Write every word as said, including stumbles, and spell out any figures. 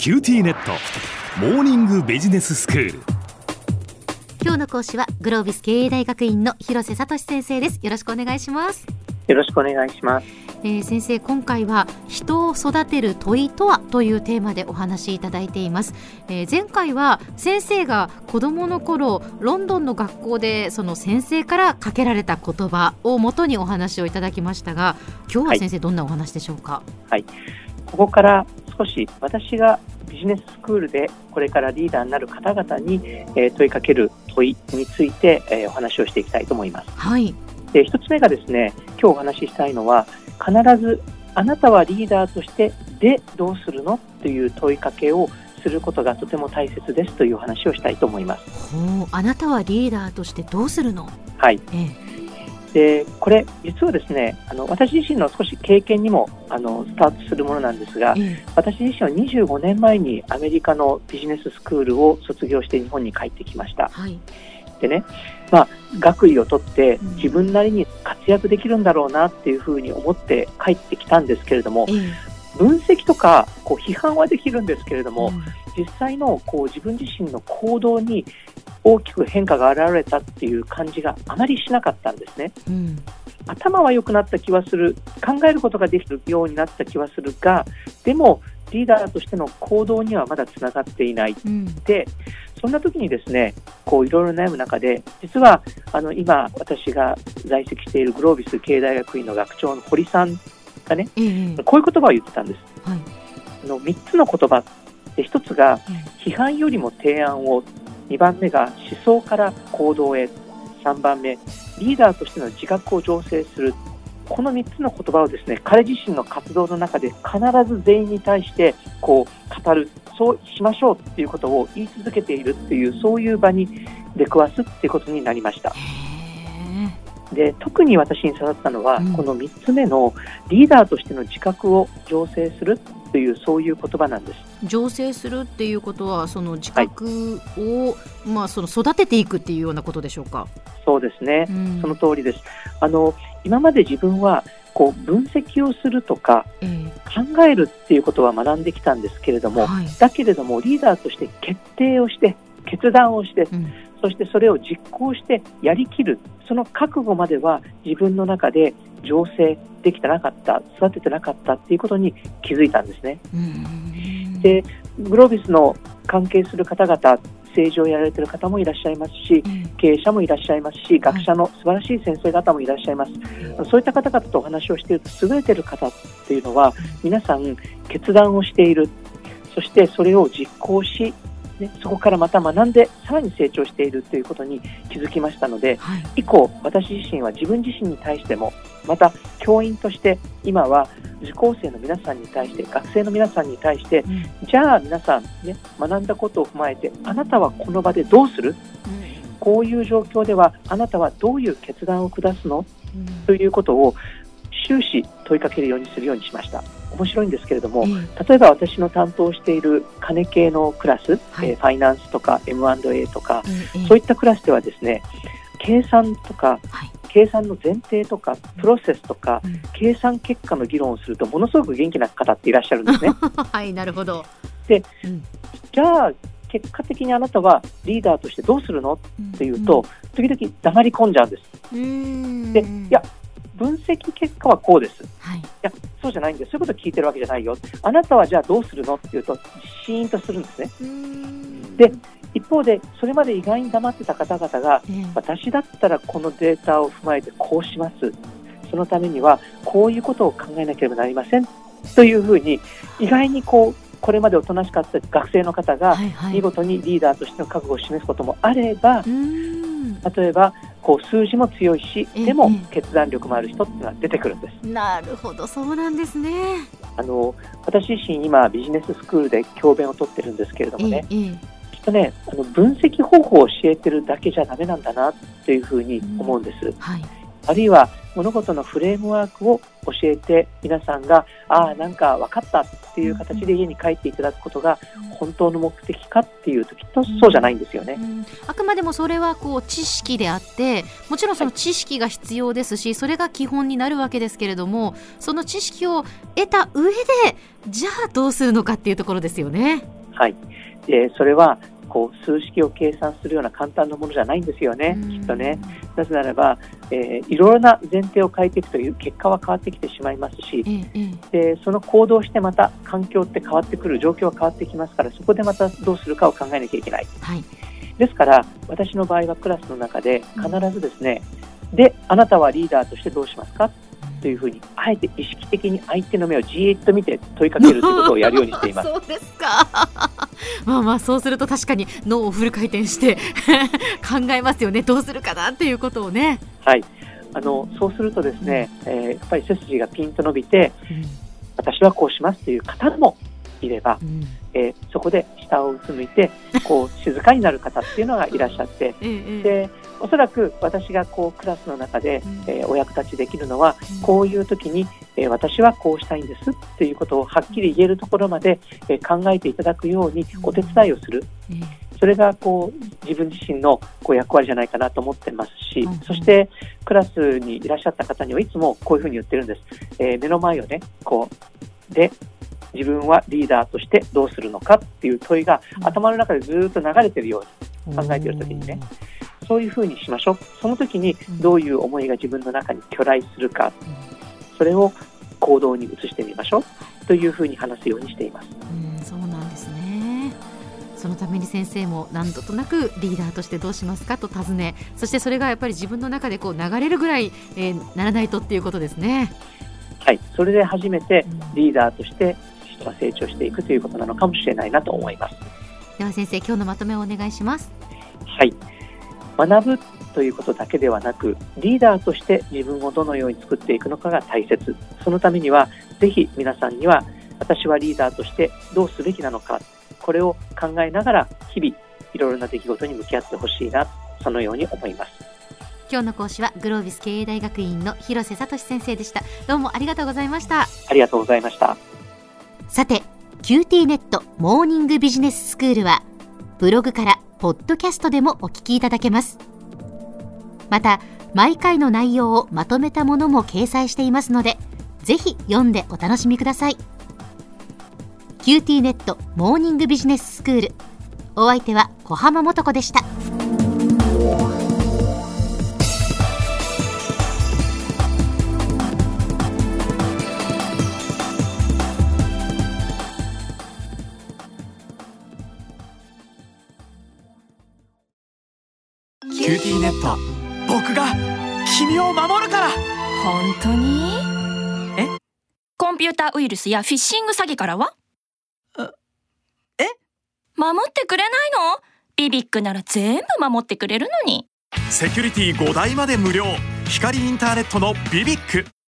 キューティーネットモーニングビジネススクール。 今日の講師はグロービス経営大学院の広瀬聡先生です。よろしくお願いします。 よろしくお願いします。 えー、先生、今回は人を育てる問いとはというテーマでお話しいただいています。えー、前回は先生が子どもの頃ロンドンの学校でその先生からかけられた言葉をもとにお話をいただきましたが、今日は先生、はい、どんなお話でしょうか。 はい、ここから少し私がビジネススクールでこれからリーダーになる方々に、えー、問いかける問いについて、えー、お話をしていきたいと思います。 はい。 で、一つ目がですね、今日お話ししたいのは、必ずあなたはリーダーとしてでどうするのという問いかけをすることがとても大切ですというお話をしたいと思います。 ほう、あなたはリーダーとしてどうするの。 はい。 ええでこれ実はですね、あの私自身の少し経験にもあのスタートするものなんですが、 え私自身はにじゅうごねんまえにアメリカのビジネススクールを卒業して日本に帰ってきました。 はい。 でね、まあ、学位を取って自分なりに活躍できるんだろうなっていうふうに思って帰ってきたんですけれども、 ええ、 分析とかこう批判はできるんですけれども、 うん、 実際のこう自分自身の行動に大きく変化が現れたっていう感じがあまりしなかったんですね。 うん、 頭は良くなった気はする、考えることができるようになった気はするが、でもリーダーとしての行動にはまだつながっていない、うん、でそんな時にですね、こういろいろ悩む中で、実はあの今私が在籍しているグロービス経営大学院の学長の堀さんがね、ええ、こういう言葉を言ってたんです。はい、あのみっつの言葉で、ひとつが批判よりも提案を、にばんめが思想から行動へ、さんばんめリーダーとしての自覚を醸成する。このみっつの言葉をですね、彼自身の活動の中で必ず全員に対してこう語る、そうしましょうっていうことを言い続けているっていう、そういう場に出くわすっていうことになりました。で、特に私に刺さったのは、うん、このみっつめのリーダーとしての自覚を醸成するという、そういう言葉なんです。 醸成するっていうことは、その自覚を、はい、まあ、その育てていくっていうようなことでしょうか。 そうですね、 うん、 その通りです。あの今まで自分はこう分析をするとか、えー、考えるっていうことは学んできたんですけれども、はい、だけれどもリーダーとして決定をして決断をして、うん、そしてそれを実行してやりきる、その覚悟までは自分の中で醸成できてなかった、育ててなかったっていうことに気づいたんですね。うん、でグロービスの関係する方々、政治をやられている方もいらっしゃいますし、うん、経営者もいらっしゃいますし、学者の素晴らしい先生方もいらっしゃいます。はい、そういった方々とお話をしていると、優れている方っていうのは、皆さん決断をしている、そしてそれを実行し、ね、そこからまた学んでさらに成長しているということに気づきましたので、はい、以降私自身は自分自身に対しても、また教員として今は受講生の皆さんに対して、学生の皆さんに対して、うん、じゃあ皆さん、ね、学んだことを踏まえて、あなたはこの場でどうする、うん、こういう状況ではあなたはどういう決断を下すの、うん、ということを終始問いかけるようにするようにしました。面白いんですけれども、うん、例えば私の担当している金系のクラス、はい、えー、ファイナンスとか エムアンドエー とか、うん、そういったクラスではですね、計算とか、はい、計算の前提とかプロセスとか、うん、計算結果の議論をするとものすごく元気な方っていらっしゃるんですね。 はい、なるほど。で、 うん、じゃあ結果的にあなたはリーダーとしてどうするのっていうと、うん、時々黙り込んじゃうんです。うーん、で、いや分析結果はこうです、はい、いやそうじゃないんです、そういうことを聞いてるわけじゃないよ、あなたはじゃあどうするのっていうとシーンとするんですね。うーん、で一方でそれまで意外に黙ってた方々が、えー、私だったらこのデータを踏まえてこうします、そのためにはこういうことを考えなければなりませんというふうに、意外にこうこれまでおとなしかった学生の方が見事にリーダーとしての覚悟を示すこともあれば、はいはい、例えばこう数字も強いし、でも決断力もある人っていうのは出てくるんです。 ええ、なるほど、そうなんですね。 あの私自身今ビジネススクールで教鞭を取ってるんですけれどもね、ええ、きっとね、あの分析方法を教えてるだけじゃダメなんだなというふうに思うんです。うん、はい、あるいは物事のフレームワークを教えて、皆さんがああなんか分かったっていう形で家に帰っていただくことが本当の目的かっていうと、きっとそうじゃないんですよね。うんうん、 あくまでもそれはこう知識であって、もちろんその知識が必要ですし、はい、それが基本になるわけですけれども、その知識を得た上でじゃあどうするのかっていうところですよね。 はい、でそれはこう数式を計算するような簡単なものじゃないんですよね、きっとね。なぜならば、えー、いろいろな前提を変えていくという結果は変わってきてしまいますし、でその行動してまた環境って変わってくる、状況は変わってきますから、そこでまたどうするかを考えなきゃいけない、はい、ですから私の場合はクラスの中で必ずですね、うん、であなたはリーダーとしてどうしますかというふうに、あえて意識的に相手の目をじーっと見て問いかけるということをやるようにしていますそうですかまあまあそうすると確かに脳をフル回転して考えますよね、どうするかなっていうことをね。 はい、あのそうするとですね、えー、やっぱり背筋がピンと伸びて、うん、私はこうしますという方もいれば、うんえー、そこで下をうつむいてこう静かになる方っていうのがいらっしゃってでおそらく私がこうクラスの中で、えー、お役立ちできるのは、うん、こういう時に、えー、私はこうしたいんですということをはっきり言えるところまで、えー、考えていただくようにお手伝いをする、うん、それがこう自分自身のこう役割じゃないかなと思ってますし、うん、そしてクラスにいらっしゃった方にはいつもこういうふうに言ってるんです、えー、目の前をねこうで自分はリーダーとしてどうするのかっていう問いが頭の中でずっと流れているように考えているときにね、そういうふうにしましょう。その時にどういう思いが自分の中に去来するか、それを行動に移してみましょうというふうに話すようにしています。 うん、そうなんですね。そのために先生も何度となくリーダーとしてどうしますかと尋ね、そしてそれがやっぱり自分の中でこう流れるぐらい、えー、ならないとっていうことですね。 はい、それで初めてリーダーとして人が成長していくということなのかもしれないなと思います。 では先生、今日のまとめをお願いします。 はい、学ぶということだけではなく、リーダーとして自分をどのように作っていくのかが大切。そのためにはぜひ皆さんには、私はリーダーとしてどうすべきなのか、これを考えながら日々いろいろな出来事に向き合ってほしいな、そのように思います。 今日の講師はグロービス経営大学院の広瀬聡先生でした。どうもありがとうございました。 ありがとうございました。 さて、キューティーネットモーニングビジネススクールはブログからポッドキャストでもお聞きいただけます。また毎回の内容をまとめたものも掲載していますので、ぜひ読んでお楽しみください。キューティーネットモーニングビジネススクール、お相手は小浜もとこでした。 キューティーネット、僕が君を守るから。 本当に？え？コンピューターウイルスやフィッシング詐欺からは？ え？ 守ってくれないの？ビビックなら全部守ってくれるのに。 セキュリティごだいまで無料。光インターネットのビビック。